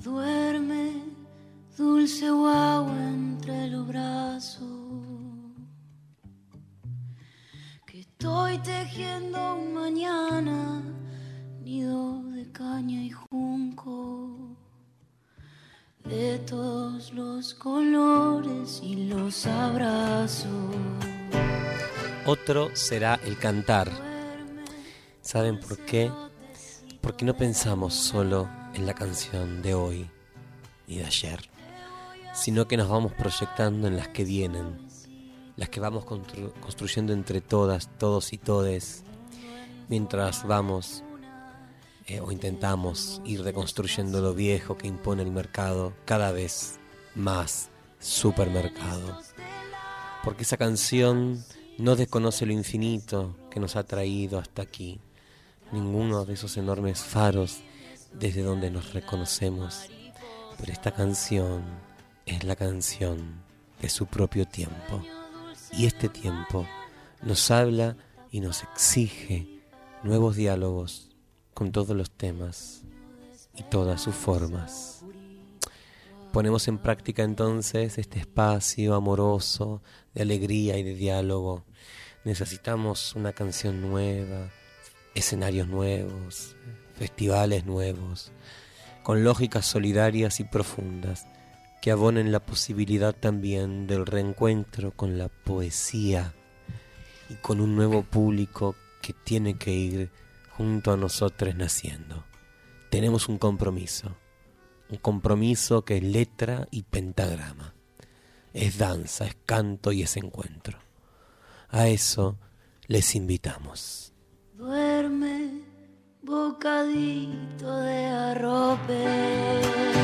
Duerme, dulce guagua entre los brazos, que estoy tejiendo un mañana, nido de caña y junco, de todos los colores y los abrazos. Otro será el cantar. ¿Saben por qué? Porque no pensamos solo en la canción de hoy ni de ayer, sino que nos vamos proyectando en las que vienen, las que vamos construyendo entre todas, todos y todes, mientras vamos o intentamos ir reconstruyendo lo viejo que impone el mercado, cada vez más supermercado. Porque esa canción no desconoce lo infinito que nos ha traído hasta aquí, ninguno de esos enormes faros desde donde nos reconocemos, pero esta canción es la canción de su propio tiempo, y este tiempo nos habla y nos exige nuevos diálogos con todos los temas y todas sus formas. Ponemos en práctica entonces este espacio amoroso de alegría y de diálogo. Necesitamos una canción nueva, escenarios nuevos, festivales nuevos, con lógicas solidarias y profundas que abonen la posibilidad también del reencuentro con la poesía y con un nuevo público que tiene que ir junto a nosotros naciendo. Tenemos un compromiso que es letra y pentagrama, es danza, es canto y es encuentro. A eso les invitamos. Duerme, bocadito de arrope,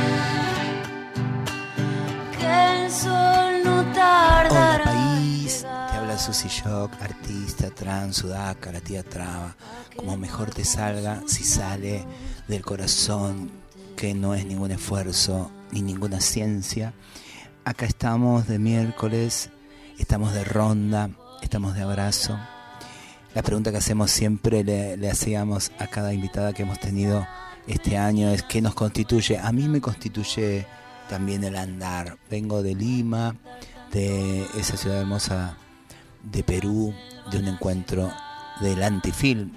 que el sol no tardará. Hola país, te habla Susi Shock, artista, trans, sudaca, la tía traba, como mejor te salga, si sale del corazón, que no es ningún esfuerzo ni ninguna ciencia. Acá estamos de miércoles, estamos de ronda, estamos de abrazo. La pregunta que hacemos siempre, le hacíamos a cada invitada que hemos tenido este año es ¿qué nos constituye? A mí me constituye también el andar. Vengo de Lima, de esa ciudad hermosa de Perú, de un encuentro del Antifilm.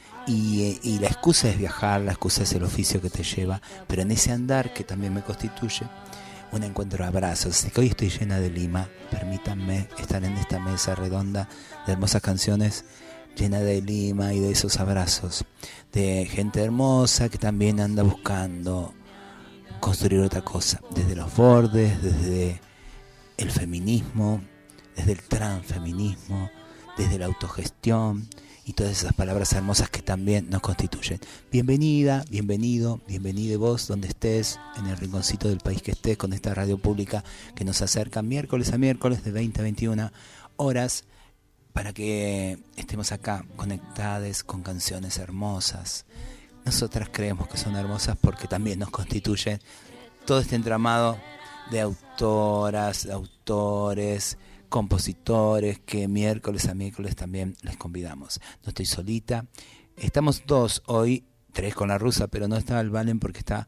Y la excusa es viajar, la excusa es el oficio que te lleva, pero en ese andar que también me constituye un encuentro de abrazos. Así que hoy estoy llena de Lima, permítanme estar en esta mesa redonda de hermosas canciones, llena de Lima y de esos abrazos, de gente hermosa que también anda buscando construir otra cosa, desde los bordes, desde el feminismo, desde el transfeminismo, desde la autogestión y todas esas palabras hermosas que también nos constituyen. Bienvenida, bienvenido, bienvenida vos donde estés, en el rinconcito del país que estés, con esta radio pública que nos acerca miércoles a miércoles de 20 a 21 horas para que estemos acá conectadas con canciones hermosas. Nosotras creemos que son hermosas porque también nos constituyen todo este entramado de autoras, de autores, compositores que miércoles a miércoles también les convidamos. No estoy solita, estamos dos hoy, tres con la rusa, pero no está el Valen porque está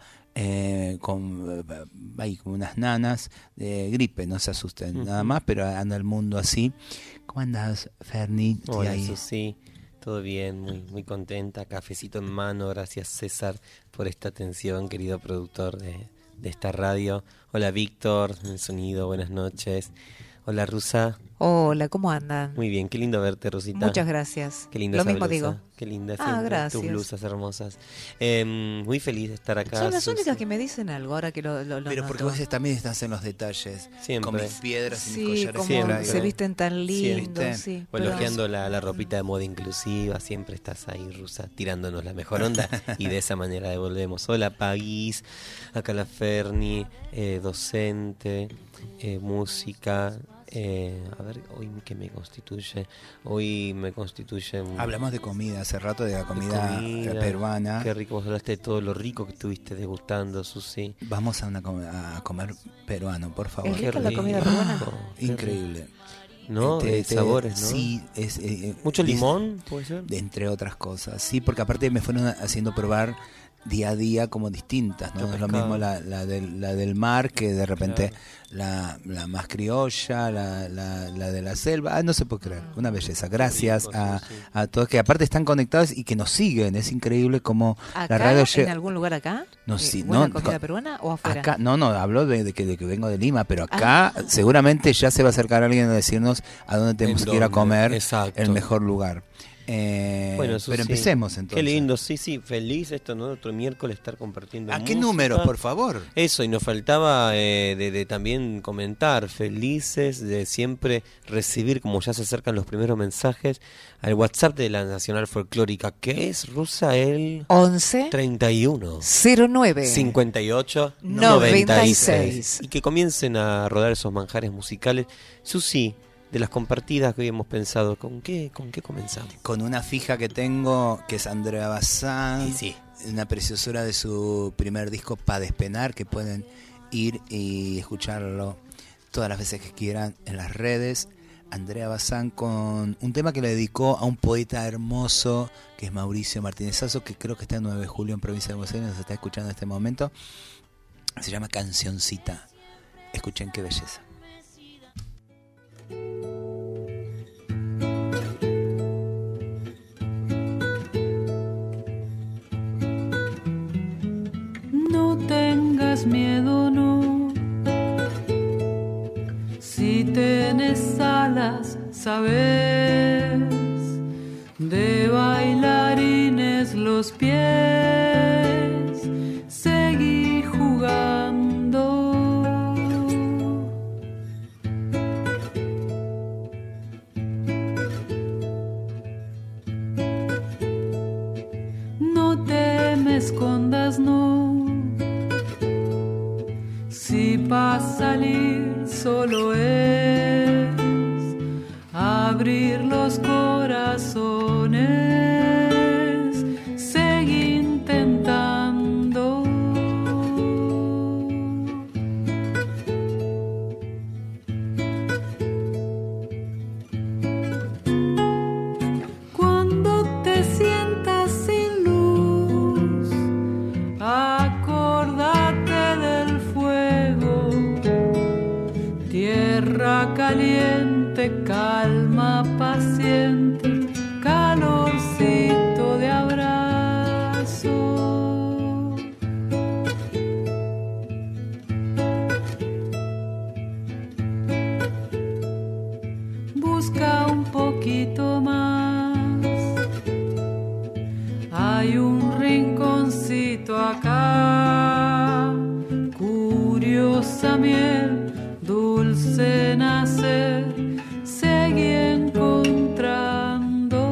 con unas nanas de gripe, no se asusten nada más, pero anda el mundo así. ¿Cómo andas, Ferni? Hola, Susi, todo bien, muy contenta, cafecito en mano, gracias César por esta atención, querido productor de esta radio. Hola Víctor, en el sonido, buenas noches. Hola Rusa. Hola, ¿cómo andan? Muy bien, qué lindo verte, Rosita. Muchas gracias. Qué linda Lo esa mismo blusa. digo. Qué linda siempre, gracias. tus blusas hermosas. Muy feliz de estar acá. Son las Susi. únicas que me dicen algo ahora que lo Pero noto. porque vos también estás en los detalles. Siempre. Con mis piedras y mis Sí, collares. como siempre. se visten tan lindos. ¿viste? Sí, O elogiando la ropita de moda inclusiva, siempre estás ahí, Rusa, tirándonos la mejor onda y de esa manera devolvemos. Hola, país, acá la Ferni, docente, música. A ver, hoy que me constituye. Hoy me constituye. Hablamos de comida hace rato, de la comida peruana. Qué rico, vos hablaste de todo lo rico que estuviste degustando, Susi. Vamos a comer peruano, por favor. ¿Es Qué rica la comida peruana? Increíble. ¿No? Sabores, ¿no? Sí, ¿Mucho limón, puede ser? Entre otras cosas, sí, porque aparte me fueron haciendo probar día a día como distintas, ¿no? Yo No es lo pescaba. mismo la del mar que de repente la más criolla, la de la selva. No se puede creer, una belleza. Gracias a todos que aparte están conectados y que nos siguen. Es increíble cómo ¿Acá, la radio en llega. algún lugar acá? No, sí, ¿Buena no, comida peruana o afuera? Acá, no, hablo de que vengo de Lima, pero acá seguramente ya se va a acercar alguien a decirnos a dónde tenemos que ir a comer, Exacto. el mejor lugar. Bueno, pero empecemos entonces. Qué lindo, sí, feliz esto, ¿no? Otro miércoles estar compartiendo ¿A qué música. números, por favor? Eso, y nos faltaba de también comentar, felices de siempre recibir, como ya se acercan los primeros mensajes, al WhatsApp de la Nacional Folclórica, que es Rusa el 11 31 09 58 96. 96. Y que comiencen a rodar esos manjares musicales. Susi, de las compartidas que hoy hemos pensado, ¿con qué comenzamos? Con una fija que tengo, que es Andrea Bazán, Sí. una preciosura de su primer disco, Pa' Despenar, que pueden ir y escucharlo todas las veces que quieran en las redes. Andrea Bazán con un tema que le dedicó a un poeta hermoso, que es Mauricio Martínez Sasso, que creo que está en 9 de julio en provincia de Buenos Aires, nos está escuchando en este momento. Se llama Cancioncita. Escuchen qué belleza. No tengas miedo, no. Si tienes alas, sabes, de bailarines los pies, seguí jugando. No te me escondas, no. Si pa' salir solo es abrir los corazones, seguí intentando. Cuando te sientas sin luz, acordate del fuego, tierra caliente, calma paciente, calorcito de abrazo. Busca un poquito más. Hay un rinconcito acá, curiosa miel, dulce nacer, seguí encontrando.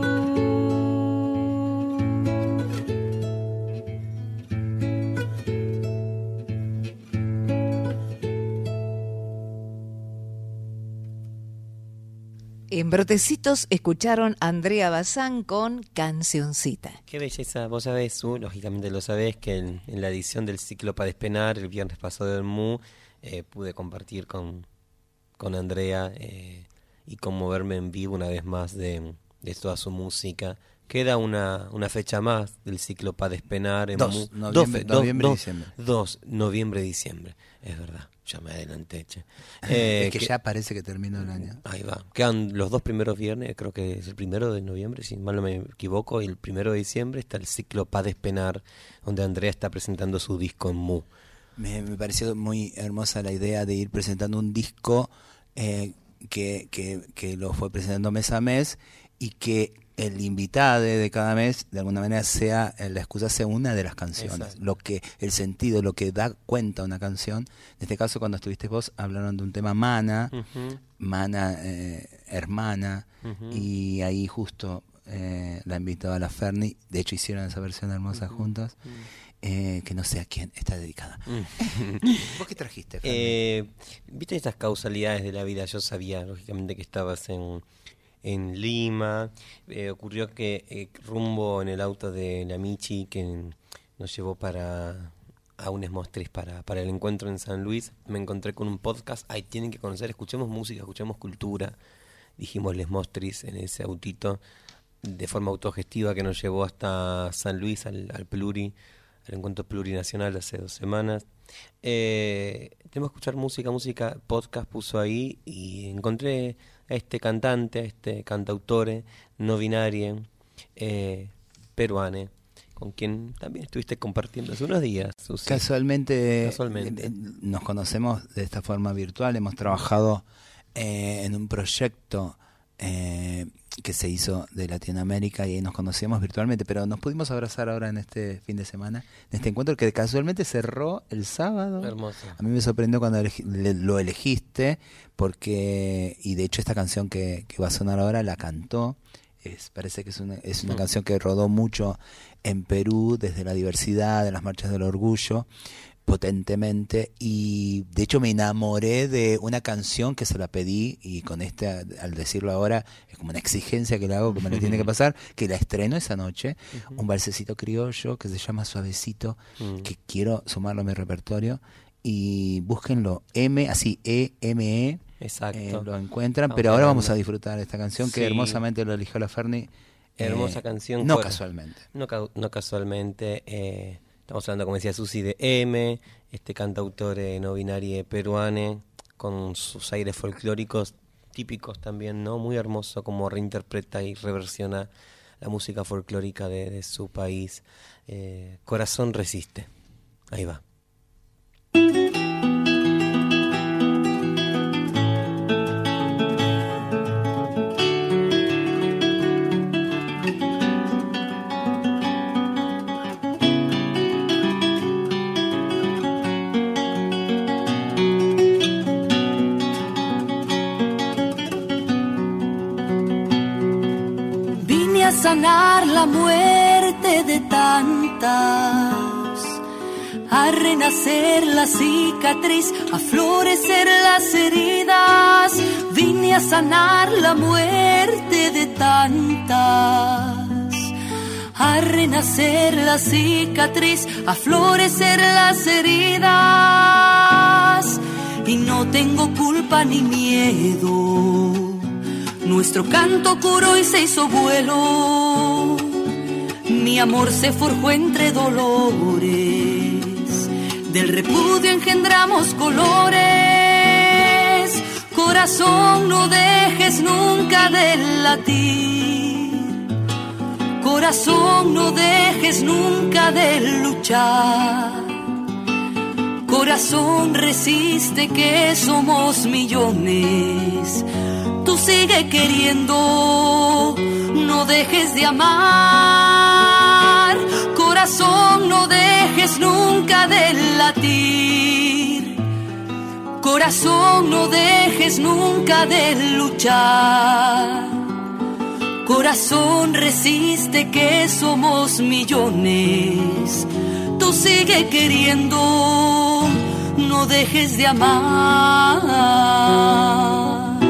En Brotecitos escucharon a Andrea Bazán con Cancioncita. Qué belleza, vos sabés, lógicamente lo sabés, que en la edición del ciclo Pa' Despenar, el viernes pasado del MU, pude compartir con Andrea y conmoverme en vivo una vez más de toda su música. Queda una fecha más del ciclo Pa' Despenar en MU. Noviembre y diciembre. 2 noviembre y diciembre, es verdad, ya me adelanté, che. Es que ya parece que terminó el año. Ahí va. Quedan los 2 primeros viernes, creo que es el 1 de noviembre, si mal no me equivoco, y el 1 de diciembre está el ciclo Pa' Despenar, donde Andrea está presentando su disco en MU. Me pareció muy hermosa la idea de ir presentando un disco que lo fue presentando mes a mes y que el invitado de cada mes de alguna manera sea la excusa sea una de las canciones. Exacto. Lo que el sentido, lo que da cuenta una canción. En este caso, cuando estuviste vos, hablaron de un tema Mana, Mana hermana, y ahí justo la invitaba a la Ferni. De hecho hicieron esa versión hermosa juntos. Que no sé a quién está dedicada. ¿Vos qué trajiste, Ferni? Viste estas causalidades de la vida. Yo sabía lógicamente que estabas en Lima. Ocurrió que rumbo en el auto de la Michi, que nos llevó a un Esmostris para el encuentro en San Luis, me encontré con un podcast. Ahí tienen que conocer, escuchemos música, escuchemos cultura, dijimos Les Mostris en ese autito de forma autogestiva que nos llevó hasta San Luis, al Pluri, el encuentro plurinacional de hace 2 semanas. Tenemos que escuchar música, podcast puso ahí y encontré a este cantante, a este cantautore no binario, peruane, con quien también estuviste compartiendo hace unos días, Susi. Casualmente. Nos conocemos de esta forma virtual, hemos trabajado en un proyecto que se hizo de Latinoamérica y nos conocíamos virtualmente, pero nos pudimos abrazar ahora en este fin de semana, en este encuentro que casualmente cerró el sábado. Hermoso. A mí me sorprendió cuando lo elegiste, porque, y de hecho esta canción que va a sonar ahora la cantó. Parece que es una canción que rodó mucho en Perú, desde la diversidad, de las marchas del orgullo, potentemente, y de hecho me enamoré de una canción que se la pedí, y con al decirlo ahora es como una exigencia que le hago, que me lo tiene que pasar, que la estreno esa noche, un valsecito criollo que se llama Suavecito, que quiero sumarlo a mi repertorio, y búsquenlo, E-M-E, exacto. Lo encuentran, pero ahora vamos a disfrutar de esta canción que hermosamente lo eligió la Ferni. Hermosa canción. No casualmente. No casualmente. Estamos hablando, como decía Susi, de M, este cantautor no binario peruano, con sus aires folclóricos típicos también, ¿no? Muy hermoso como reinterpreta y reversiona la música folclórica de su país. Corazón resiste. Ahí va. Sanar la muerte de tantas, a renacer la cicatriz, a florecer las heridas. Vine a sanar la muerte de tantas, a renacer la cicatriz, a florecer las heridas. Y no tengo culpa ni miedo. Nuestro canto curó y se hizo vuelo. Mi amor se forjó entre dolores. Del repudio engendramos colores. Corazón, no dejes nunca de latir. Corazón, no dejes nunca de luchar. Corazón, resiste que somos millones. Tú sigue queriendo, no dejes de amar. Corazón, no dejes nunca de latir. Corazón, no dejes nunca de luchar. Corazón, resiste que somos millones. Tú sigue queriendo, no dejes de amar.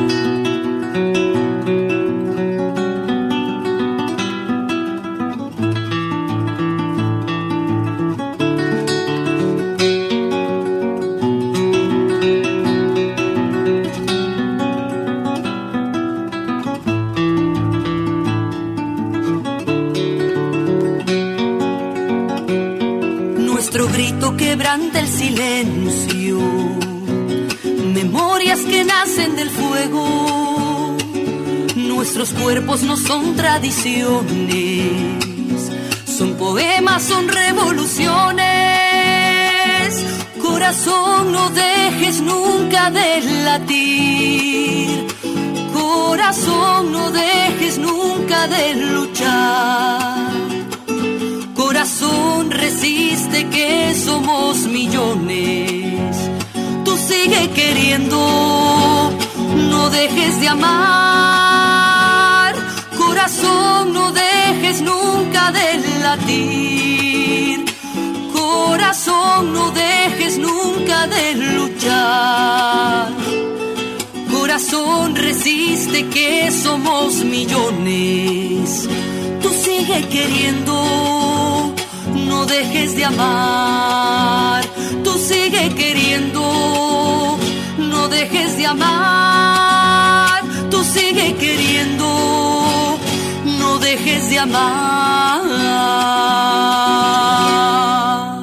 Nuestro grito quebranta el silencio, memorias que nacen del fuego. Nuestros cuerpos no son tradiciones, son poemas, son revoluciones. Corazón, no dejes nunca de latir. Corazón, no dejes nunca de luchar. Corazón, resiste que somos millones. Tú sigue queriendo, no dejes de amar. Corazón, no dejes nunca de latir. Corazón, no dejes nunca de luchar. Corazón, resiste que somos millones. Tú sigue queriendo, no dejes de amar. Tú sigue queriendo, no dejes de amar. Tú sigue queriendo, no dejes de amar.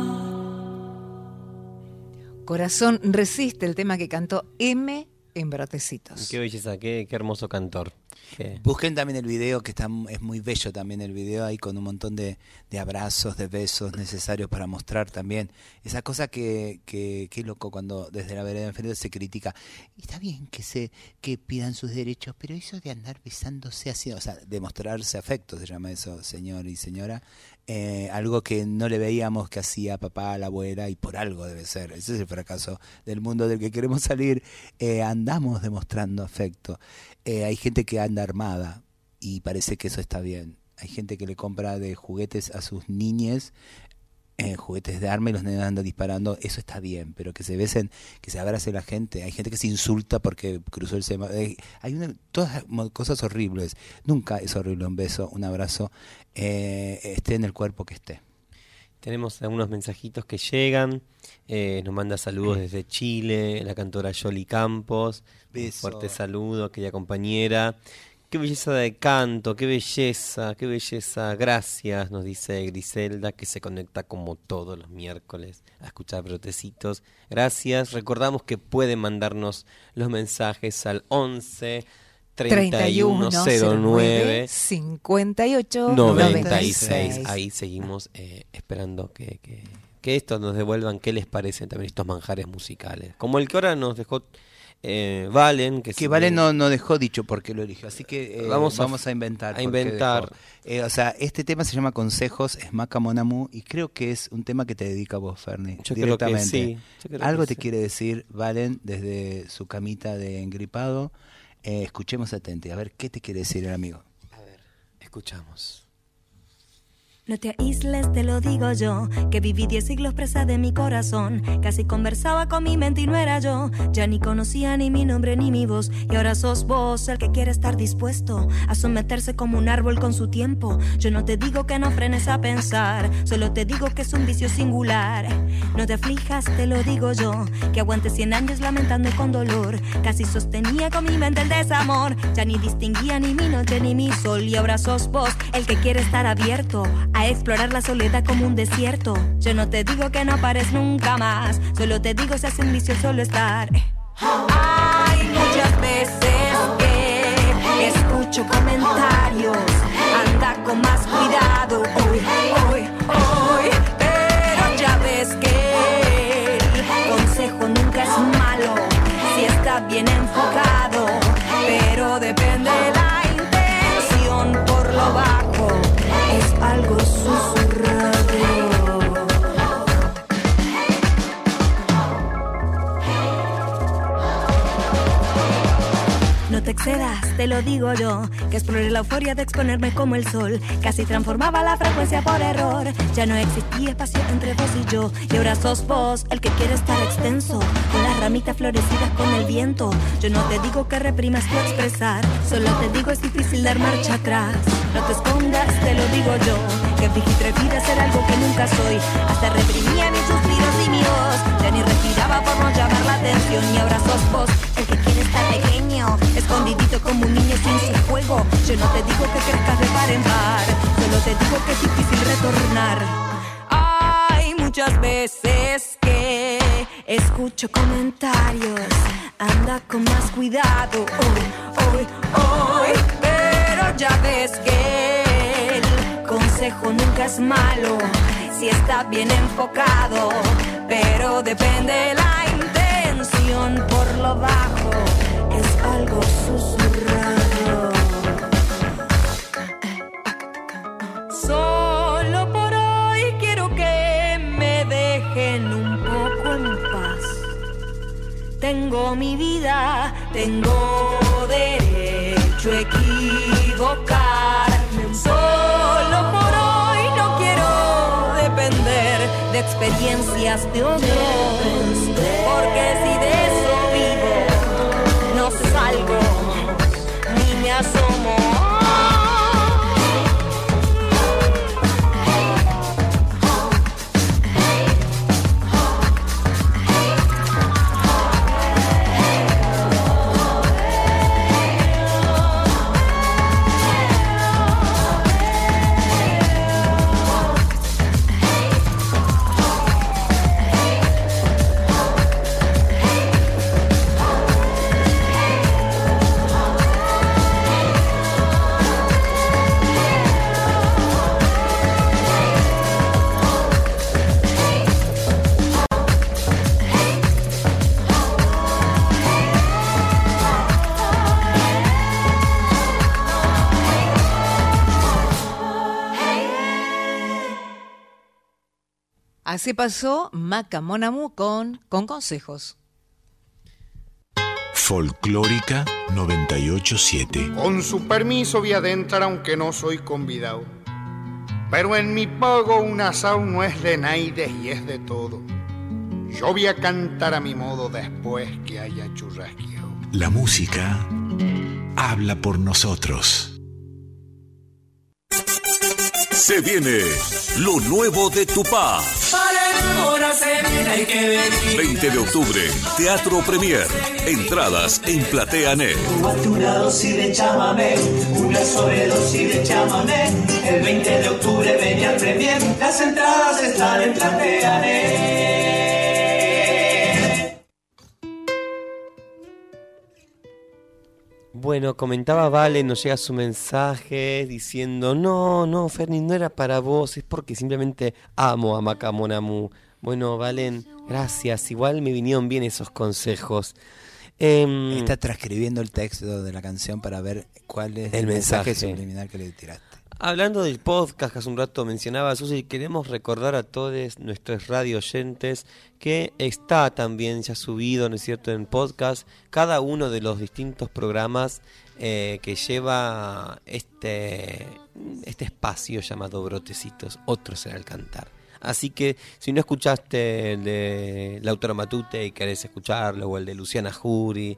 Corazón resiste, el tema que cantó M en Brotecitos. Qué belleza, qué hermoso cantor. Busquen también el video, que es muy bello también el video, ahí con un montón de abrazos, de besos necesarios para mostrar también esa cosa que loco cuando desde la vereda enfrente se critica. Y está bien que pidan sus derechos, pero eso de andar besándose así, o sea, demostrarse afecto, se llama eso, señor y señora, algo que no le veíamos que hacía papá, la abuela, y por algo debe ser. Ese es el fracaso del mundo del que queremos salir. Andamos demostrando afecto. Hay gente que anda armada y parece que eso está bien. Hay gente que le compra de juguetes a sus niñes, juguetes de arma, y los nenes andan disparando. Eso está bien, pero que se besen, que se abrace la gente. Hay gente que se insulta porque cruzó el semáforo. Hay todas cosas horribles. Nunca es horrible un beso, un abrazo, esté en el cuerpo que esté. Tenemos algunos mensajitos que llegan. Nos manda saludos desde Chile la cantora Yoli Campos. Beso. Un fuerte saludo, aquella compañera. Qué belleza de canto, qué belleza, qué belleza. Gracias, nos dice Griselda, que se conecta como todos los miércoles a escuchar Brotecitos. Gracias. Recordamos que pueden mandarnos los mensajes al 11 3109 58 96. Ahí seguimos esperando que esto nos devuelvan qué les parecen también estos manjares musicales. Como el que ahora nos dejó Valen. Que Valen no dejó dicho por qué lo eligió, así que vamos a inventar. O sea, este tema se llama Consejos, es Maca Monamu, y creo que es un tema que te dedica a vos, Ferni. Yo directamente. Creo que sí. Algo te quiere decir Valen desde su camita de engripado. Escuchemos atente, a ver qué te quiere decir el amigo. A ver, escuchamos. No te aísles, te lo digo yo, que viví 10 siglos presa de mi corazón. Casi conversaba con mi mente y no era yo. Ya ni conocía ni mi nombre ni mi voz. Y ahora sos vos el que quiere estar dispuesto a someterse como un árbol con su tiempo. Yo no te digo que no frenes a pensar, solo te digo que es un vicio singular. No te aflijas, te lo digo yo, que aguante 100 años lamentando con dolor. Casi sostenía con mi mente el desamor. Ya ni distinguía ni mi noche ni mi sol. Y ahora sos vos el que quiere estar abierto a explorar la soledad como un desierto. Yo no te digo que no pares nunca más, solo te digo se hace un vicio solo estar. Hay muchas veces que escucho comentarios, anda con más cuidado, hoy, pero ya ves que el consejo nunca es malo, si está bien enfocado, pero depende de la intención. Por lo bajo es algo susurrado. No te excedas, te lo digo yo, que exploré la euforia de exponerme como el sol. Casi transformaba la frecuencia por error. Ya no existía espacio entre vos y yo. Y ahora sos vos el que quiere estar extenso, con las ramitas florecidas con el viento. Yo no te digo que reprimas tu expresar, solo te digo es difícil dar marcha atrás. No te escondas, te lo digo yo, que fingí atrevida ser algo que nunca soy. Hasta reprimía mis suspiros y mi voz. Ya ni respiraba por no llamar la atención. Y ahora sos vos el que quiere estar pequeño, escondidito como un niño sin su juego. Yo no te digo que crezcas de par en par, solo te digo que es difícil retornar. Hay muchas veces que escucho comentarios, anda con más cuidado, hoy, pero ya ves que el consejo nunca es malo, si está bien enfocado, pero depende de la intención. Por lo bajo es algo susurrado. Solo por hoy quiero que me dejen un poco en paz. Tengo mi vida, tengo derecho a equivocarme. Solo por hoy no quiero depender de experiencias de otros, porque si de eso vivo no salgo ni me asomo. Así pasó Maca Mon Amour con consejos. Folclórica 98.7. Con su permiso voy a adentrar aunque no soy convidado. Pero en mi pago un asao no es de naides y es de todo. Yo voy a cantar a mi modo después que haya churrasqueado. La música habla por nosotros. Se viene lo nuevo de Tupá. Para enamorarse bien hay que venir. 20 de octubre, Teatro Premier. Entradas en PlateaNet. Una dosis de chamamé, una sobredosis de chamamé. El 20 de octubre venía al Premier. Las entradas están en PlateaNet. Bueno, comentaba Vale, nos llega su mensaje diciendo no, Ferni, no era para vos, es porque simplemente amo a Maca Mon Amour. Bueno, Valen, gracias, igual me vinieron bien esos consejos. Está transcribiendo el texto de la canción para ver cuál es el mensaje subliminal que le tiraste. Hablando del podcast que hace un rato mencionaba Susi, queremos recordar a todos nuestros radio oyentes que está también ya subido, ¿no es cierto?, en podcast, cada uno de los distintos programas que lleva este espacio llamado Brotecitos, otros será el cantar. Así que si no escuchaste el de Lautaro Matute y querés escucharlo, o el de Luciana Jury,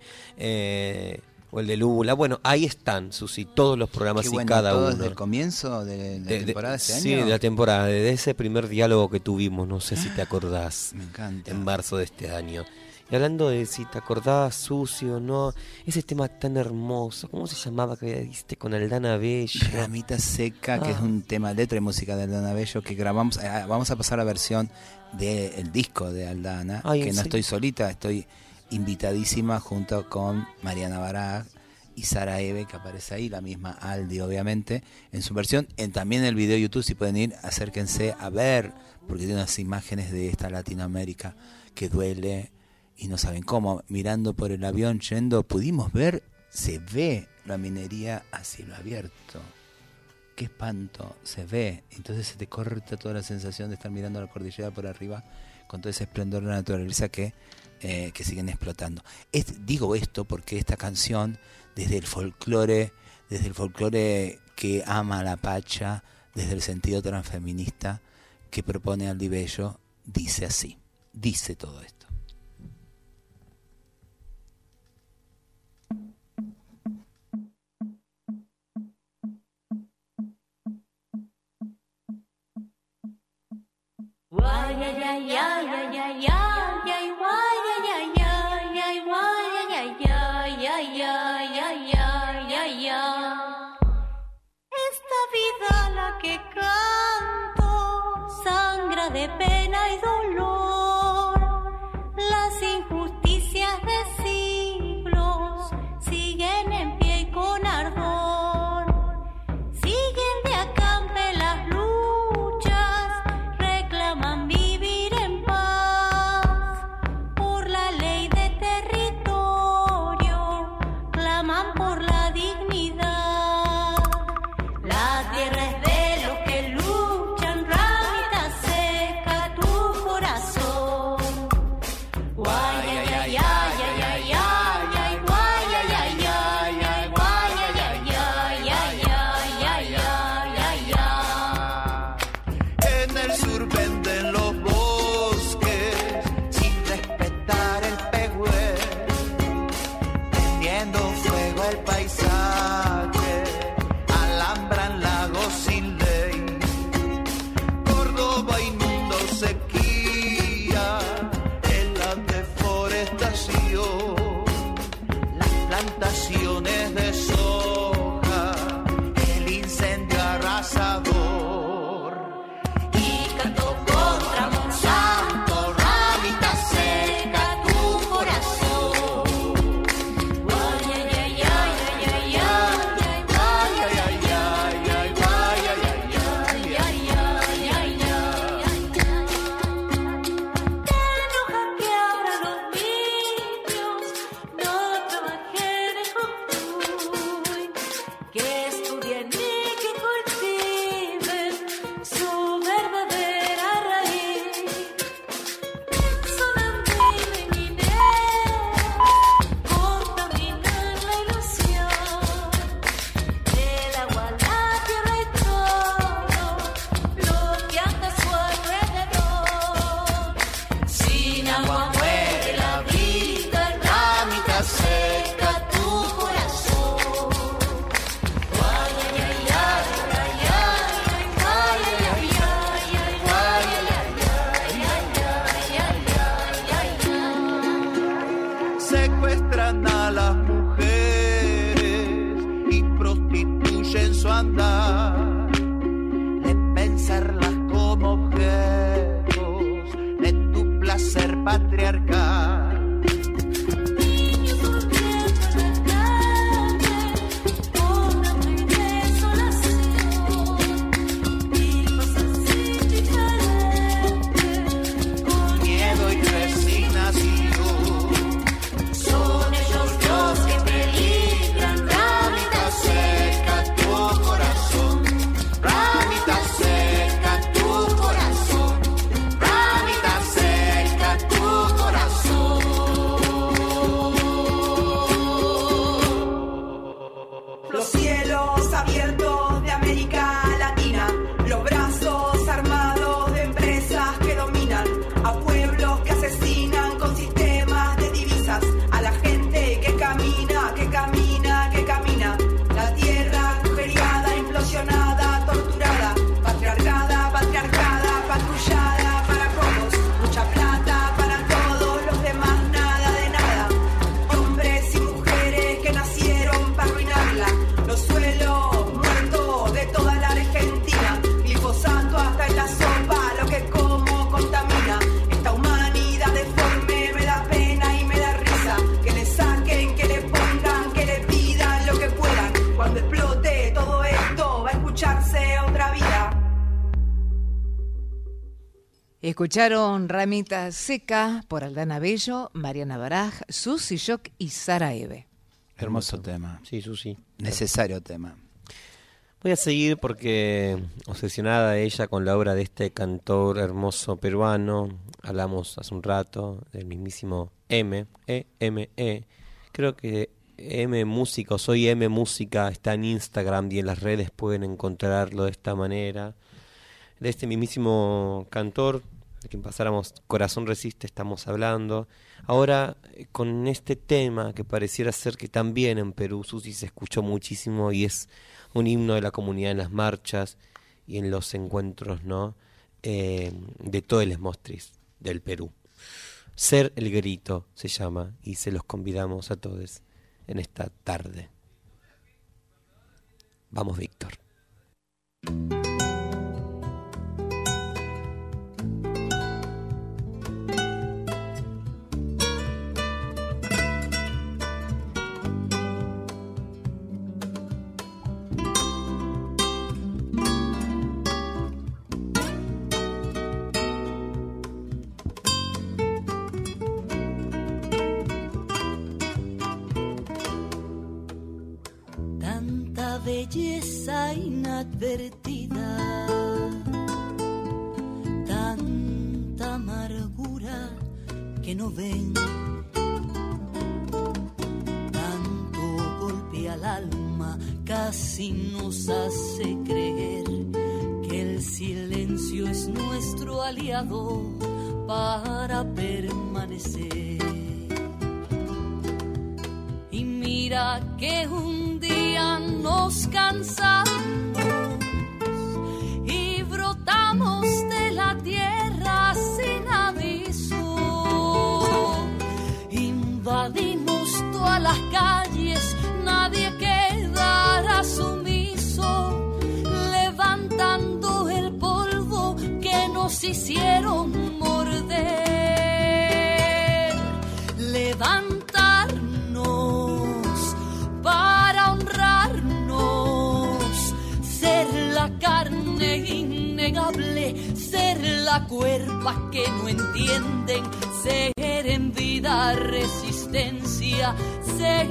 o el de Lula, bueno, ahí están, Susi, todos los programas y cada uno. ¿Desde el comienzo de la temporada de este año? Sí, de la temporada, desde ese primer diálogo que tuvimos, no sé si te acordás. Me encanta. En marzo de este año. Y hablando de si te acordás, Susi, o no, ese tema tan hermoso, ¿cómo se llamaba que diste con Aldana Bello? Ramita Seca, que es un tema, letra y música de Aldana Bello, que grabamos, vamos a pasar la versión del disco de Aldana, que no estoy solita, estoy invitadísima junto con Mariana Barag y Sara Eve, que aparece ahí, la misma Aldi obviamente, en su versión, también en el video YouTube, si pueden ir, acérquense a ver, porque tiene unas imágenes de esta Latinoamérica que duele y no saben cómo. Mirando por el avión yendo, pudimos ver, se ve la minería a cielo abierto. Qué espanto, se ve. Entonces se te corta toda la sensación de estar mirando la cordillera por arriba con todo ese esplendor de la naturaleza que siguen explotando. Digo esto porque esta canción, desde el folclore que ama a la Pacha, desde el sentido transfeminista que propone Aldi Bello, dice así, dice todo esto. Esta vida la que canto sangra de pena y dolor. Las injusticias de siglos siguen en pie y con ardor. Siguen de acampe las luchas, reclaman vivir en paz. Por la ley de territorio, claman por la dignidad. La tierra es de los que luchan, ramita seca tu corazón. Guay, ay, ay, ay, ay, ay, ay, ay, guay, ay, ay, ay, ay, guay, ay, ay, ay, ay, ay, ay, ay, ay. En el sur venden los bosques sin respetar el pehue, prendiendo fuego el paisaje. los cielos abiertos de América Latina, los brazos armados de empresas que dominan, a pueblos que asesinan con sistemas de divisas, a la gente que camina, que camina, que camina, la tierra agujereada, implosionada, torturada, patriarcada, patriarcada, patrullada para todos, mucha plata para todos, los demás nada de nada, hombres y mujeres que nacieron para arruinarla, los suelos muertos de toda la Argentina, glifosato hasta en la sopa, lo que como contamina, esta humanidad deforme me da pena y me da risa, que le saquen, que le pongan, que le pidan lo que puedan, cuando explote todo esto va a escucharse otra vida. Escucharon Ramita Seca por Aldana Bello, Mariana Baraj, Susi Shock y Sara Eve. Hermoso tema. Sí, Susi. Necesario tema. Voy a seguir porque obsesionada ella con la obra de este cantor hermoso peruano. Hablamos hace un rato del mismísimo M.E. Creo que M Música o Soy M Música está en Instagram y en las redes pueden encontrarlo de esta manera. De este mismísimo cantor, de quien pasáramos Corazón Resiste, estamos hablando. Ahora, con este tema que pareciera ser que también en Perú, Susi, se escuchó muchísimo y es un himno de la comunidad en las marchas y en los encuentros, ¿no? De todos los mostris del Perú. Ser el Grito se llama y se los convidamos a todos en esta tarde. Vamos, Víctor. Belleza inadvertida, tanta amargura que no ven, tanto golpe al alma casi nos hace creer que el silencio es nuestro aliado para permanecer. Y mira que un día nos cansamos y brotamos de la tierra sin aviso. Invadimos todas las calles, nadie quedará sumiso, levantando el polvo que nos hicieron morder. Levantarnos para honrarnos, ser la carne innegable, ser la cuerpa que no entienden, ser en vida resistencia, ser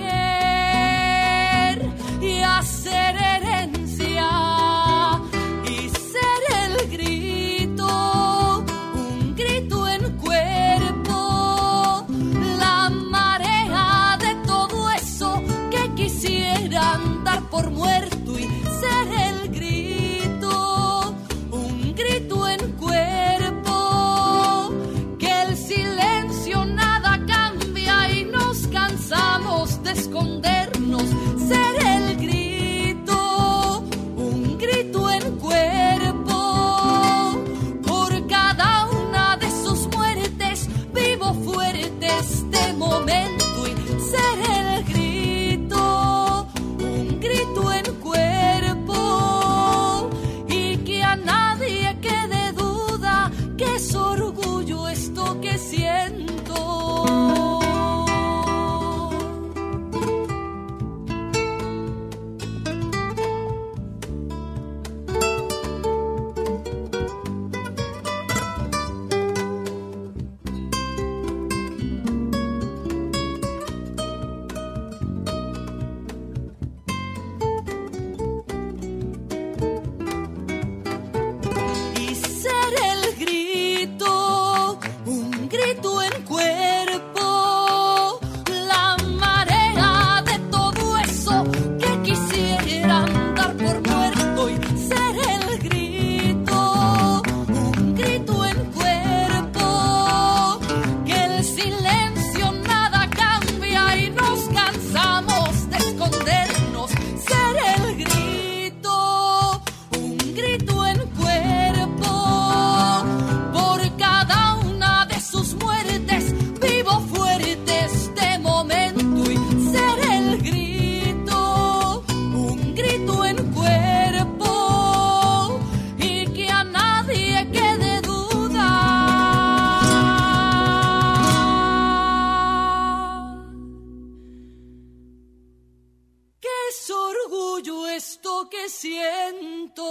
y hacer herencia y ser el grito, un grito en cuerpo, la marea de todo eso que quisieran dar por muerto y ser el grito, un grito en cuerpo, que el silencio nada cambia y nos cansamos de esconder orgullo esto que siento.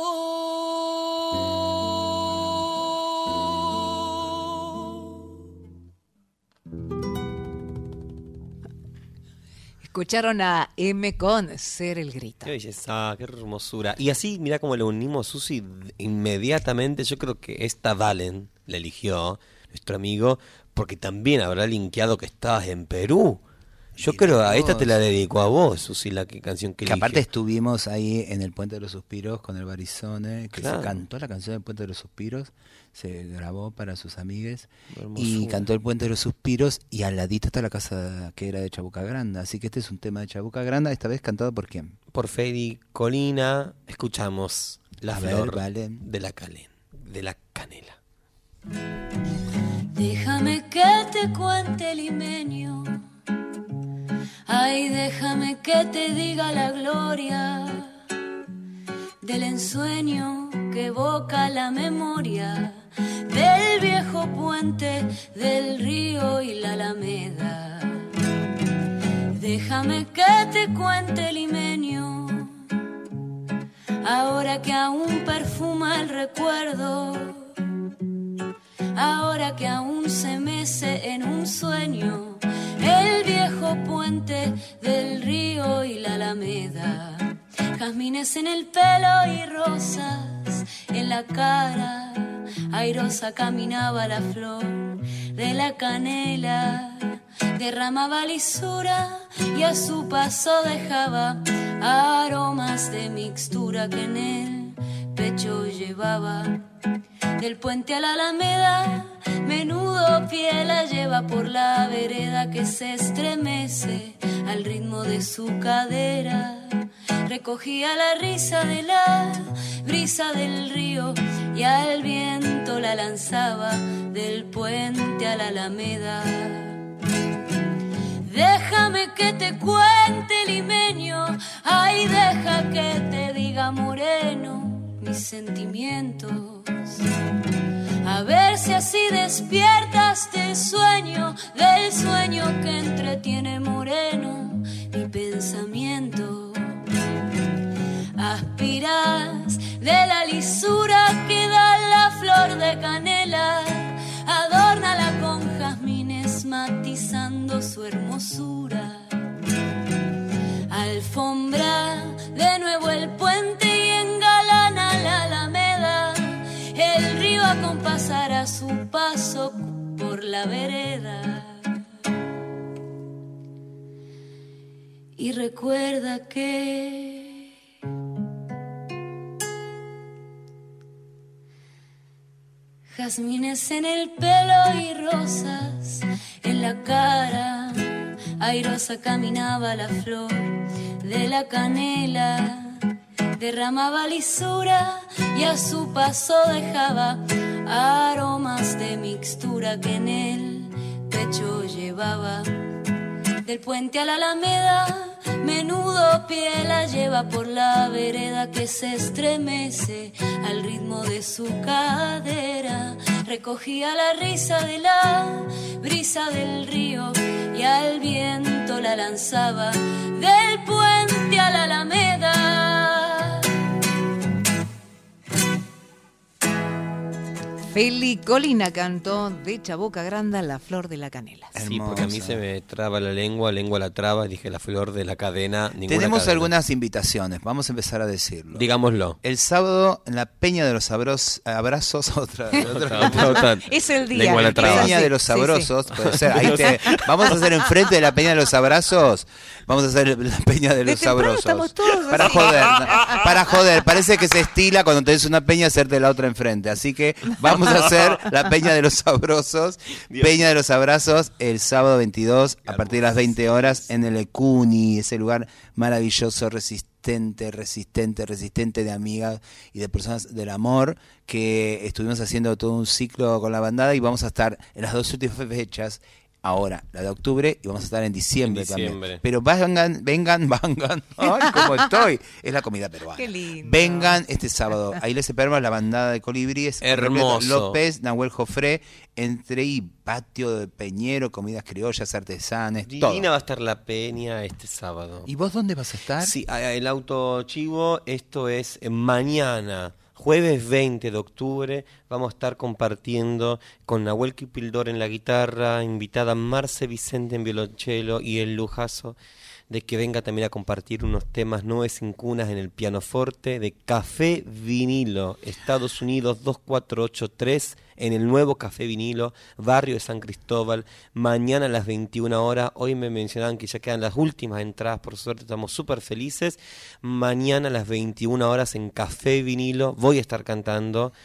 Escucharon a M con Ser el Grito. Qué belleza, qué hermosura. Y así, mira cómo lo unimos, Susi, inmediatamente. Yo creo que esta Valen la eligió, nuestro amigo, porque también habrá linkeado que estabas en Perú. Yo creo a esta te la dedico a vos, Susi, la canción que elige. Aparte elige. estuvimos ahí en el Puente de los Suspiros con el Barizone, que Claro. se cantó la canción del Puente de los Suspiros, se grabó para sus amigues Hermosura. y cantó el Puente de los Suspiros, y al ladito está la casa que era de Chabuca Granda. Así que este es un tema de Chabuca Granda, esta vez cantado por quién. Por Fedi Colina, escuchamos La A ver, Flor Valen. de la Canela. Déjame que te cuente, limeño. Ay, déjame que te diga la gloria del ensueño que evoca la memoria del viejo puente, del río y la alameda. Déjame que te cuente, limeño, ahora que aún perfuma el recuerdo, ahora que aún se mece en un sueño el viejo puente del río y la alameda. Jazmines en el pelo y rosas en la cara, airosa caminaba la flor de la canela, derramaba lisura y a su paso dejaba aromas de mixtura que en el pecho llevaba. Del puente a la alameda, menudo pie la lleva por la vereda que se estremece al ritmo de su cadera. Recogía la risa de la brisa del río y al viento la lanzaba del puente a la alameda. Déjame que te cuente, limeño, ay, deja que te diga, moreno, mis sentimientos. A ver si así despiertas del sueño que entretiene, moreno, mi pensamiento. Aspiras de la lisura que da la flor de canela, adórnala con jazmines matizando su hermosura. Alfombra de nuevo el puente y engalana la alameda, el río acompasará su paso por la vereda. Y recuerda que jazmines en el pelo y rosas en la cara, airosa caminaba la flor de la canela, derramaba lisura y a su paso dejaba aromas de mixtura que en el pecho llevaba. Del puente a la alameda, menudo pie la lleva por la vereda que se estremece al ritmo de su cadera. Recogía la risa de la brisa del río y al viento la lanzaba del puente a la alameda. Feli Colina cantó de Chabuca Granda La Flor de la Canela. Sí, porque a mí se me traba la lengua la traba, dije la flor de la cadena. Tenemos cadena. algunas invitaciones, vamos a empezar a decirlo. Digámoslo. El sábado en la Peña de los Abrazos, otra. Es el día. Lengua a la traba. Peña de los Sabrosos, puede ser. Ahí vamos a hacer enfrente de la Peña de los Abrazos, vamos a hacer la Peña de los Sabrosos. Estamos todos para así. joder, para joder. Parece que se estila cuando tenés una peña hacerte la otra enfrente. Así que vamos a hacer la Peña de los Sabrosos, Peña de los Abrazos, el sábado 22 a partir de las 20 horas en el Ecuni, ese lugar maravilloso, resistente de amigas y de personas del amor, que estuvimos haciendo todo un ciclo con la bandada y vamos a estar en las dos últimas fechas ahora, la de octubre, y vamos a estar en diciembre también. Pero vengan, ay, cómo estoy, es la comida peruana. Qué lindo. Vengan este sábado, ahí les esperamos la bandada de colibríes. Hermoso. López, Nahuel Jofré, entre y patio de Peñero, comidas criollas, artesanas, todo. Divina va a estar la peña este sábado. ¿Y vos dónde vas a estar? Sí, el auto chivo, esto es mañana. Jueves 20 de octubre vamos a estar compartiendo con Nahuel Kipildor en la guitarra, invitada Marce Vicente en violonchelo y el lujazo de que venga también a compartir unos temas Nueve sin cunas en el pianoforte de Café Vinilo, Estados Unidos 2483, en el nuevo Café Vinilo, barrio de San Cristóbal, mañana a las 21 horas. Hoy me mencionaban que ya quedan las últimas entradas, por suerte estamos súper felices. Mañana a las 21 horas en Café Vinilo voy a estar cantando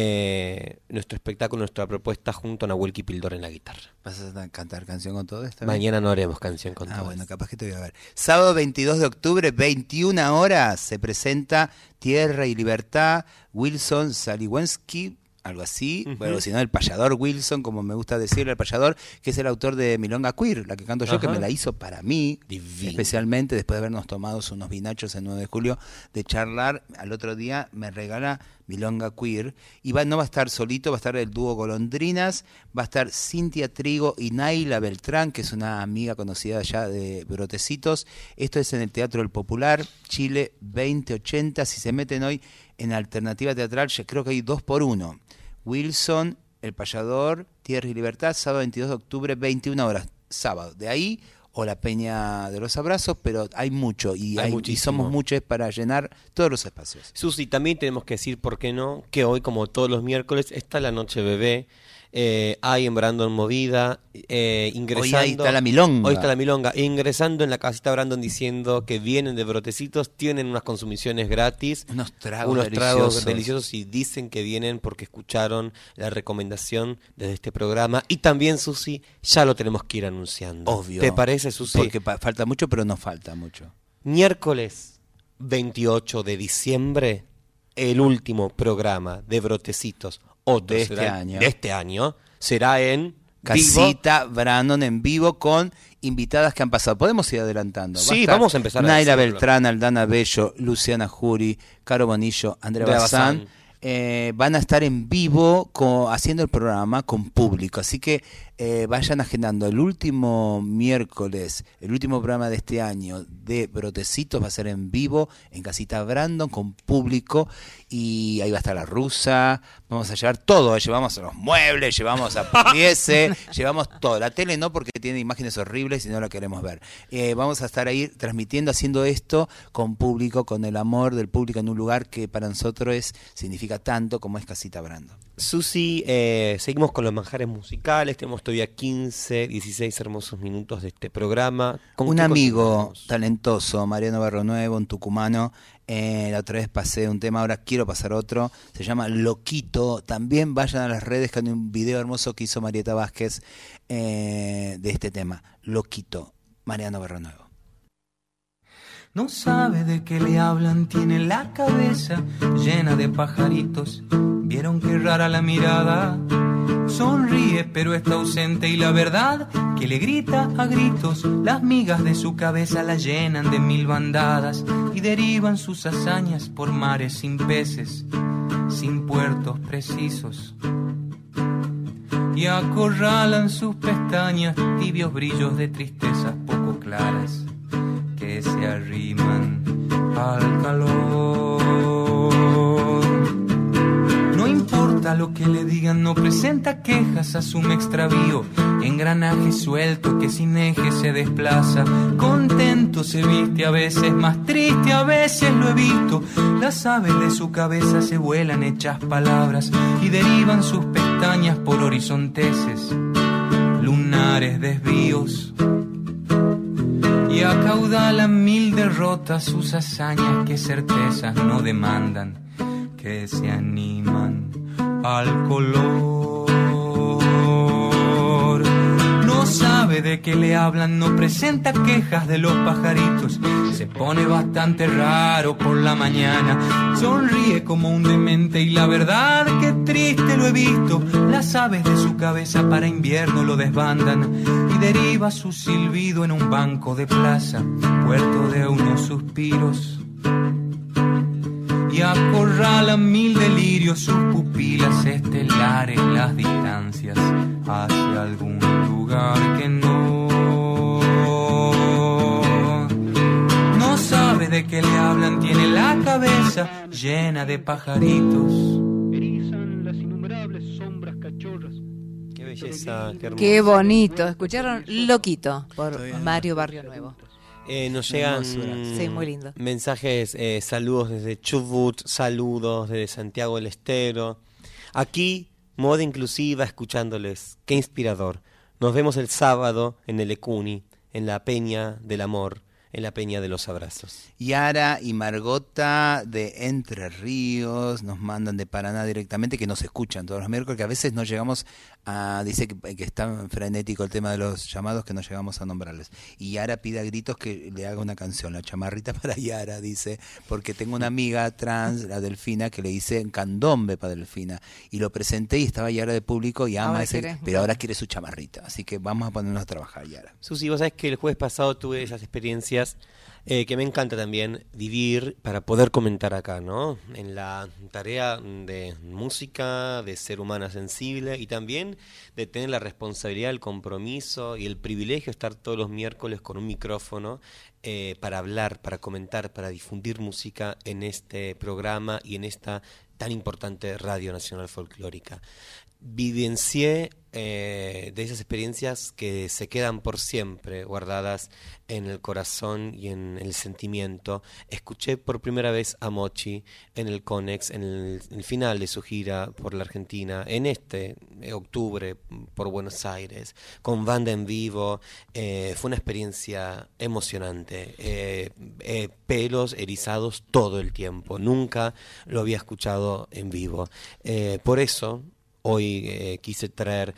nuestro espectáculo, nuestra propuesta junto a Nahuel Kipildor en la guitarra. ¿Vas a cantar canción con todo esto? Mañana no haremos canción con todo. Bueno, capaz que te voy a ver. Sábado 22 de octubre, 21 horas, se presenta Tierra y Libertad, Wilson Saliwensky, algo así, bueno, si no, el payador Wilson, como me gusta decirle, el payador, que es el autor de Milonga Queer, la que canto yo, que me la hizo para mí, especialmente después de habernos tomado unos vinachos el 9 de julio, de charlar. Al otro día me regala Milonga Queer, y no va a estar solito, va a estar el dúo Golondrinas, va a estar Cintia Trigo y Naila Beltrán, que es una amiga conocida ya de Brotecitos. Esto es en el Teatro del Popular, Chile 2080. Si se meten hoy en Alternativa Teatral, yo creo que hay 2x1. Wilson, El Payador, Tierra y Libertad, sábado 22 de octubre, 21 horas, sábado. De ahí, o la Peña de los Abrazos, pero hay mucho, y somos muchos para llenar todos los espacios. Susi, también tenemos que decir, ¿por qué no?, que hoy, como todos los miércoles, está la Noche Bebé. Hay en Brandon Movida, ingresando. Hoy ahí está la milonga. Hoy está la milonga. Ingresando en la casita Brandon diciendo que vienen de Brotecitos, tienen unas consumiciones gratis. Unos tragos deliciosos, y dicen que vienen porque escucharon la recomendación desde este programa. Y también, Susi, ya lo tenemos que ir anunciando. Obvio. ¿Te parece, Susi? Porque falta mucho, pero no falta mucho. Miércoles 28 de diciembre, el último programa de Brotecitos. De este año será en Casita Brandon en vivo, con invitadas que han pasado. Podemos ir adelantando. Sí, vamos a empezar. Naila Beltrán, Aldana Bello, Luciana Jury, Caro Bonillo, Andrea Bazán. Van a estar en vivo haciendo el programa con público, así que vayan agendando el último miércoles, el último programa de este año de Brotecitos va a ser en vivo en Casita Brandon con público, y ahí va a estar la rusa, vamos a llevar todo, llevamos los muebles, llevamos a Pugliese, llevamos todo, la tele no, porque tiene imágenes horribles y no la queremos ver. Vamos a estar ahí transmitiendo, haciendo esto con público, con el amor del público en un lugar que para nosotros significa tanto como es Casita Brandon. Susi, seguimos con los manjares musicales, tenemos todavía 15, 16 hermosos minutos de este programa. Un amigo talentoso, Mariano Barronuevo, un tucumano, la otra vez pasé un tema, ahora quiero pasar otro, se llama Loquito. También vayan a las redes, que hay un video hermoso que hizo Marieta Vázquez de este tema, Loquito, Mariano Barronuevo. No sabe de qué le hablan, tiene la cabeza llena de pajaritos. Vieron qué rara la mirada, sonríe pero está ausente, y la verdad que le grita a gritos. Las migas de su cabeza la llenan de mil bandadas, y derivan sus hazañas por mares sin peces, sin puertos precisos. Y acorralan sus pestañas tibios brillos de tristezas poco claras, que se arriman al calor. No importa lo que le digan, no presenta quejas, asume extravío, engranaje suelto que sin eje se desplaza. Contento se viste, a veces más triste, a veces lo he visto. Las aves de su cabeza se vuelan hechas palabras, y derivan sus pestañas por horizonteses, lunares desvíos. Y acaudalan mil derrotas sus hazañas, que certezas no demandan, que se animan al color. No sabe sabe de qué le hablan, no presenta quejas de los pajaritos. Se pone bastante raro por la mañana, sonríe como un demente y la verdad que triste lo he visto. Las aves de su cabeza para invierno lo desbandan y deriva su silbido en un banco de plaza, puerto de unos suspiros. Y acorrala mil delirios sus pupilas estelares, las distancias hacia algún lugar que no sabe de qué le hablan, tiene la cabeza llena de pajaritos. Erizan las innumerables sombras cachorras. Qué belleza, qué hermoso. Qué bonito. Escucharon Loquito por Mario Barrio Nuevo. Nos llegan sí, muy lindo. mensajes, saludos desde Chubut, saludos desde Santiago del Estero. Aquí, moda inclusiva, escuchándoles. Qué inspirador. Nos vemos el sábado en el Ecuni, en la Peña del Amor, en la Peña de los Abrazos. Yara y Margota de Entre Ríos nos mandan de Paraná directamente, que nos escuchan todos los miércoles, que a veces no llegamos a... Dice que está frenético el tema de los llamados, que no llegamos a nombrarles. Y Yara pide a gritos que le haga una canción, la chamarrita para Yara, dice, porque tengo una amiga trans, la Delfina, que le dice candombe para Delfina. Y lo presenté y estaba Yara de público y ama Ahora ese, quiere. pero ahora quiere su chamarrita. Así que vamos a ponernos a trabajar, Yara. Susi, vos sabés que el jueves pasado tuve esas experiencias que me encanta también vivir para poder comentar acá, ¿no? En la tarea de música, de ser humana sensible y también de tener la responsabilidad, el compromiso y el privilegio de estar todos los miércoles con un micrófono para hablar, para comentar, para difundir música en este programa y en esta tan importante Radio Nacional Folclórica. Vivencié de esas experiencias que se quedan por siempre guardadas en el corazón y en el sentimiento. Escuché por primera vez a Mochi en el Conex, en el final de su gira por la Argentina, en este octubre por Buenos Aires, con banda en vivo. Fue una experiencia emocionante, pelos erizados todo el tiempo, nunca lo había escuchado en vivo. Por eso hoy quise traer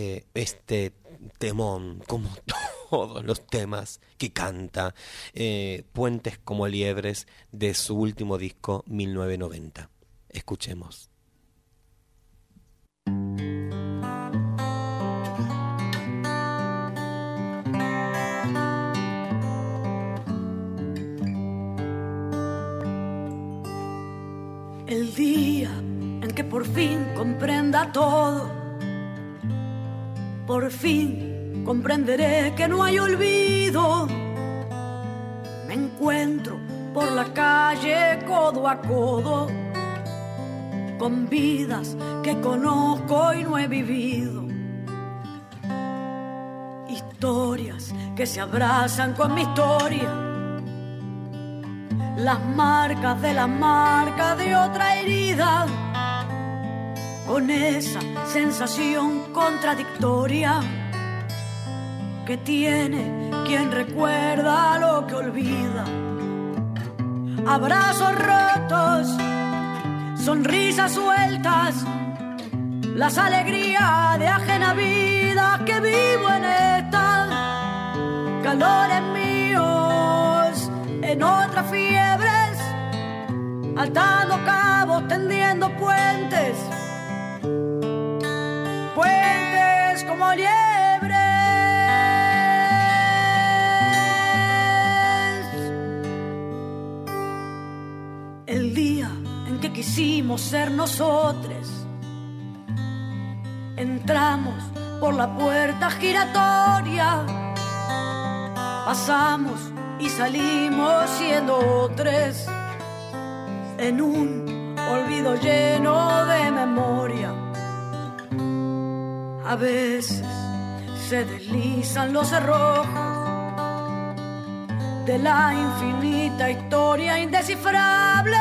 este temón, como todos los temas que canta, Puentes como liebres, de su último disco 1990. Escuchemos. El día en que por fin comprenda todo, por fin comprenderé que no hay olvido. Me encuentro por la calle codo a codo con vidas que conozco y no he vivido, historias que se abrazan con mi historia, las marcas de la marca de otra herida, con esa sensación contradictoria que tiene quien recuerda lo que olvida. Abrazos rotos, sonrisas sueltas, las alegrías de ajena vida que vivo en esta, calores míos en otras fiebres, atando cabos, tendiendo puentes, puentes como liebres. El día en que quisimos ser nosotros, entramos por la puerta giratoria, pasamos y salimos siendo otros, en un olvido lleno de memoria. A veces se deslizan los cerrojos de la infinita historia indescifrable,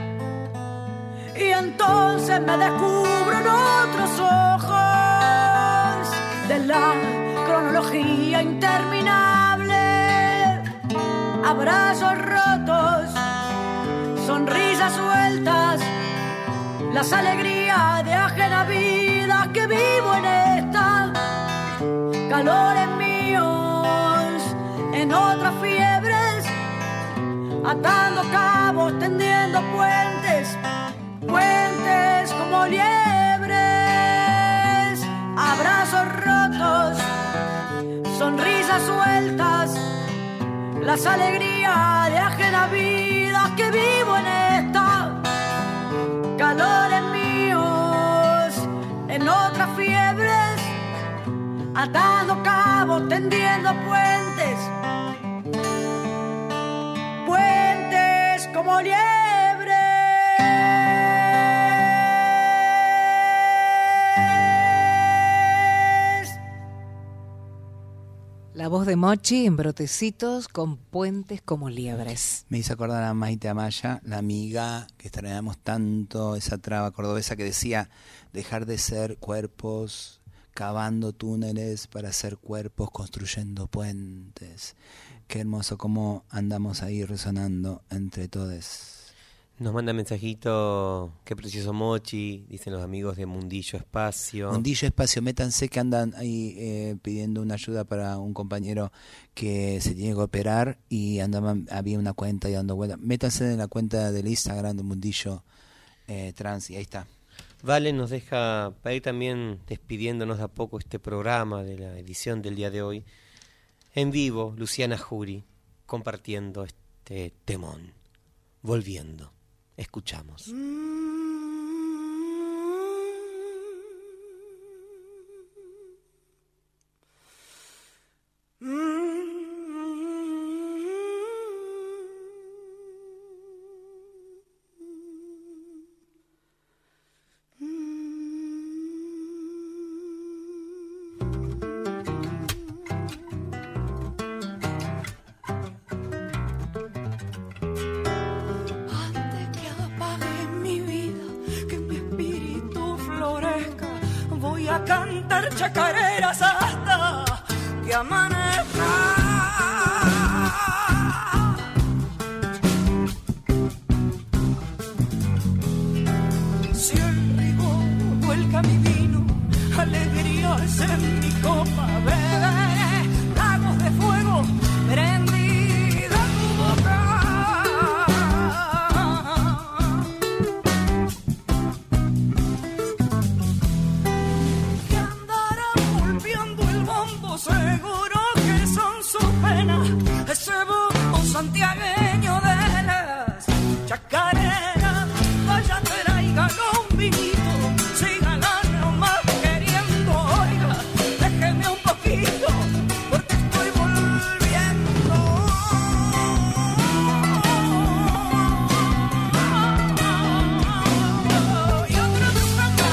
y entonces me descubro en otros ojos de la cronología interminable. Abrazos rotos, sonrisas sueltas, las alegrías de ajena vida que vivo en esta, calores míos en otras fiebres, atando cabos, tendiendo puentes, puentes como liebres, abrazos rotos, sonrisas sueltas, las alegrías de ajena vida que vivo en esta, calores míos, en otras fiebres, atando cabos, tendiendo puentes, puentes como liebres. La voz de Mochi en Brotecitos con puentes como liebres. Me hizo acordar a Maite Amaya, la amiga que extrañamos tanto, esa traba cordobesa que decía dejar de ser cuerpos cavando túneles para ser cuerpos construyendo puentes. Qué hermoso cómo andamos ahí resonando entre todos. Nos manda mensajito, qué precioso Mochi, dicen los amigos de Mundillo Espacio. Mundillo Espacio, métanse que andan ahí pidiendo una ayuda para un compañero que se tiene que operar y había una cuenta y dando vueltas. Métanse en la cuenta del Instagram de Mundillo Trans y ahí está. Vale nos deja para ir también despidiéndonos de a poco este programa de la edición del día de hoy. En vivo, Luciana Jury, compartiendo este temón. Volviendo. Escuchamos. Cantar chacareras hasta que amanezca. Si el rigor vuelca mi vino, alegrías en mi copa, beberé lagos de fuego prendida tu boca. Seguro que son sus penas, ese bombo santiagueño de las chacareras. Vaya, tráigalo un vinito, sígala nomás queriendo. Oiga, déjeme un poquito, porque estoy volviendo. Y otra vez acá.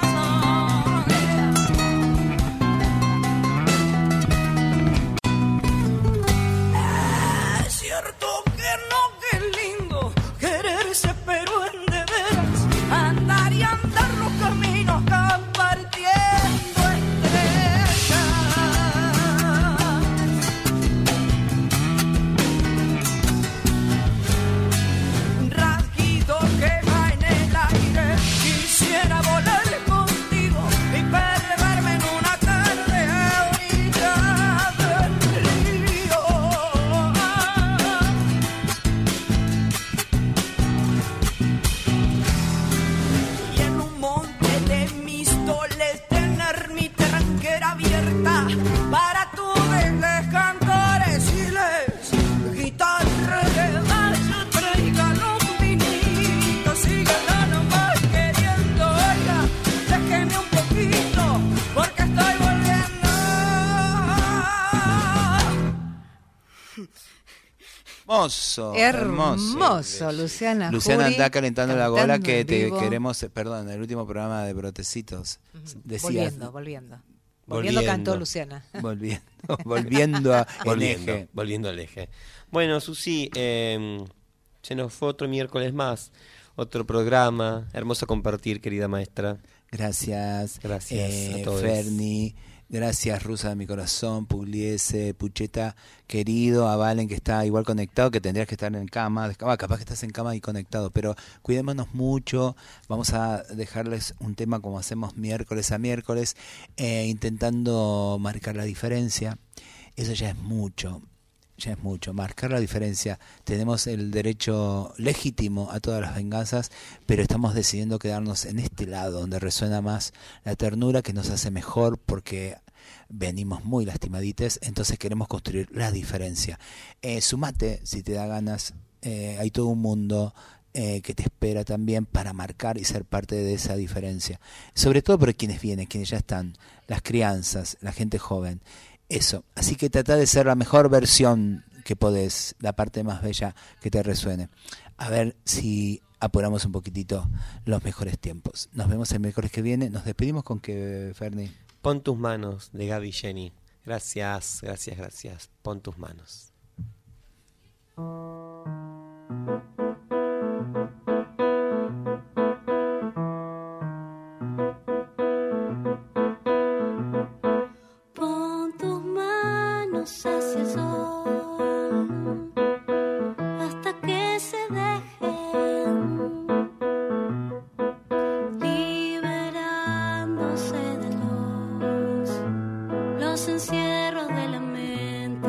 Hermoso, Luciana Jury, anda calentando la gola que te vivo. Queremos, perdón, en el último programa de Brotecitos decías, volviendo cantó Luciana. Volviendo al eje. Bueno, Susi, se nos fue otro miércoles más, otro programa, hermoso compartir, querida maestra. Gracias a todos. Ferni. Gracias, Rusa de mi corazón, Pugliese, Pucheta, querido, a Valen, que está igual conectado, que tendrías que estar en cama, capaz que estás en cama y conectado, pero cuidémonos mucho, vamos a dejarles un tema como hacemos miércoles a miércoles, intentando marcar la diferencia, eso ya es mucho, ya es mucho. Marcar la diferencia. Tenemos el derecho legítimo a todas las venganzas, pero estamos decidiendo quedarnos en este lado, donde resuena más la ternura, que nos hace mejor porque venimos muy lastimadites, entonces queremos construir la diferencia. Sumate, si te da ganas, hay todo un mundo que te espera también para marcar y ser parte de esa diferencia. Sobre todo por quienes vienen, quienes ya están, las crianzas, la gente joven. Eso, así que trata de ser la mejor versión que podés, la parte más bella que te resuene. A ver si apuramos un poquitito los mejores tiempos. Nos vemos el miércoles que viene. Nos despedimos con que, Ferni. Pon tus manos, de Gaby Jenny. Gracias. Pon tus manos. Pon tus manos hacia el sol hasta que se dejen, liberándose de los encierros de la mente,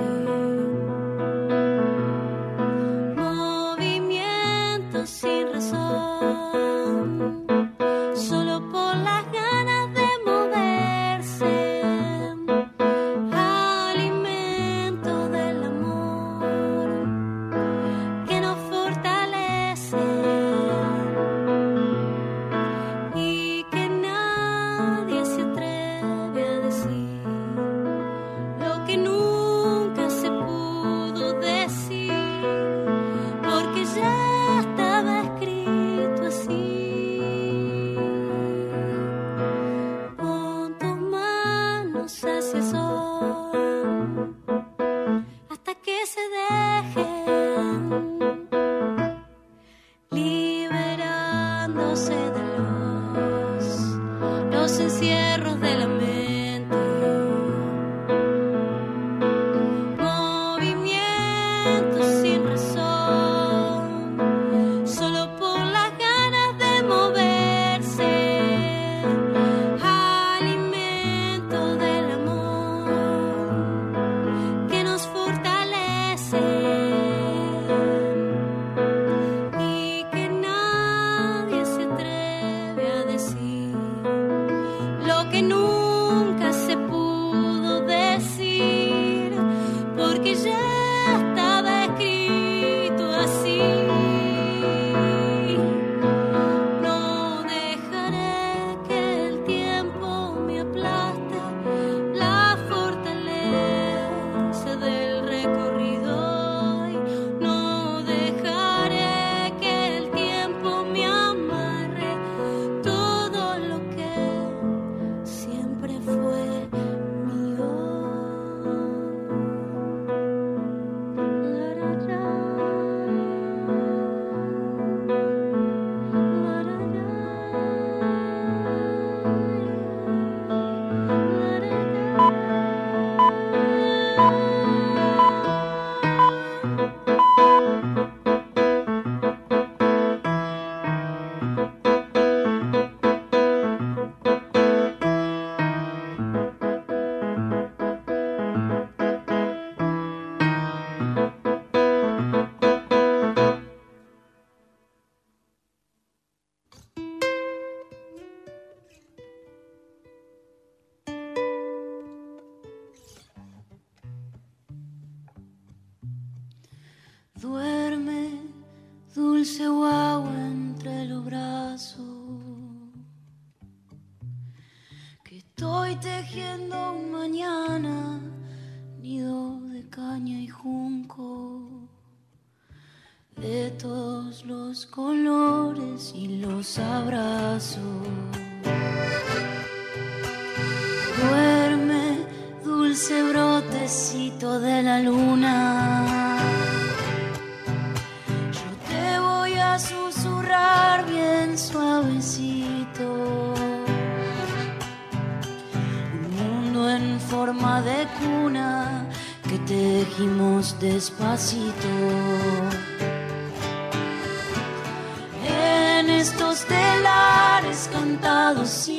movimientos sin razón, solo por las ganas de moverse, alimento del amor que nos fortalece y que nadie se atreve a decir lo que nunca se pudo decir, porque ya estaba escrito así. Pon tus manos hacia el sol hasta que se dejen, liberándose de los encierros de la mente, movimientos sin razón, solo por las ganas de moverse, alimento del amor que nos fortalece y que nadie se atreve a decir lo que nunca se pudo decir, porque ya estaba escrito así. No dejaré que el tiempo me aplaste la fortaleza del recorrido, y no dejaré que el tiempo me amarre todo lo que siempre fue mío. Duerme, dulce guagua entre los brazos, que estoy tejiendo un mañana, nido de caña y junco, de todos los colores y los abrazos. Duerme, dulce brotecito de la luna, a susurrar bien suavecito, un mundo en forma de cuna que tejimos despacito. En estos telares cantados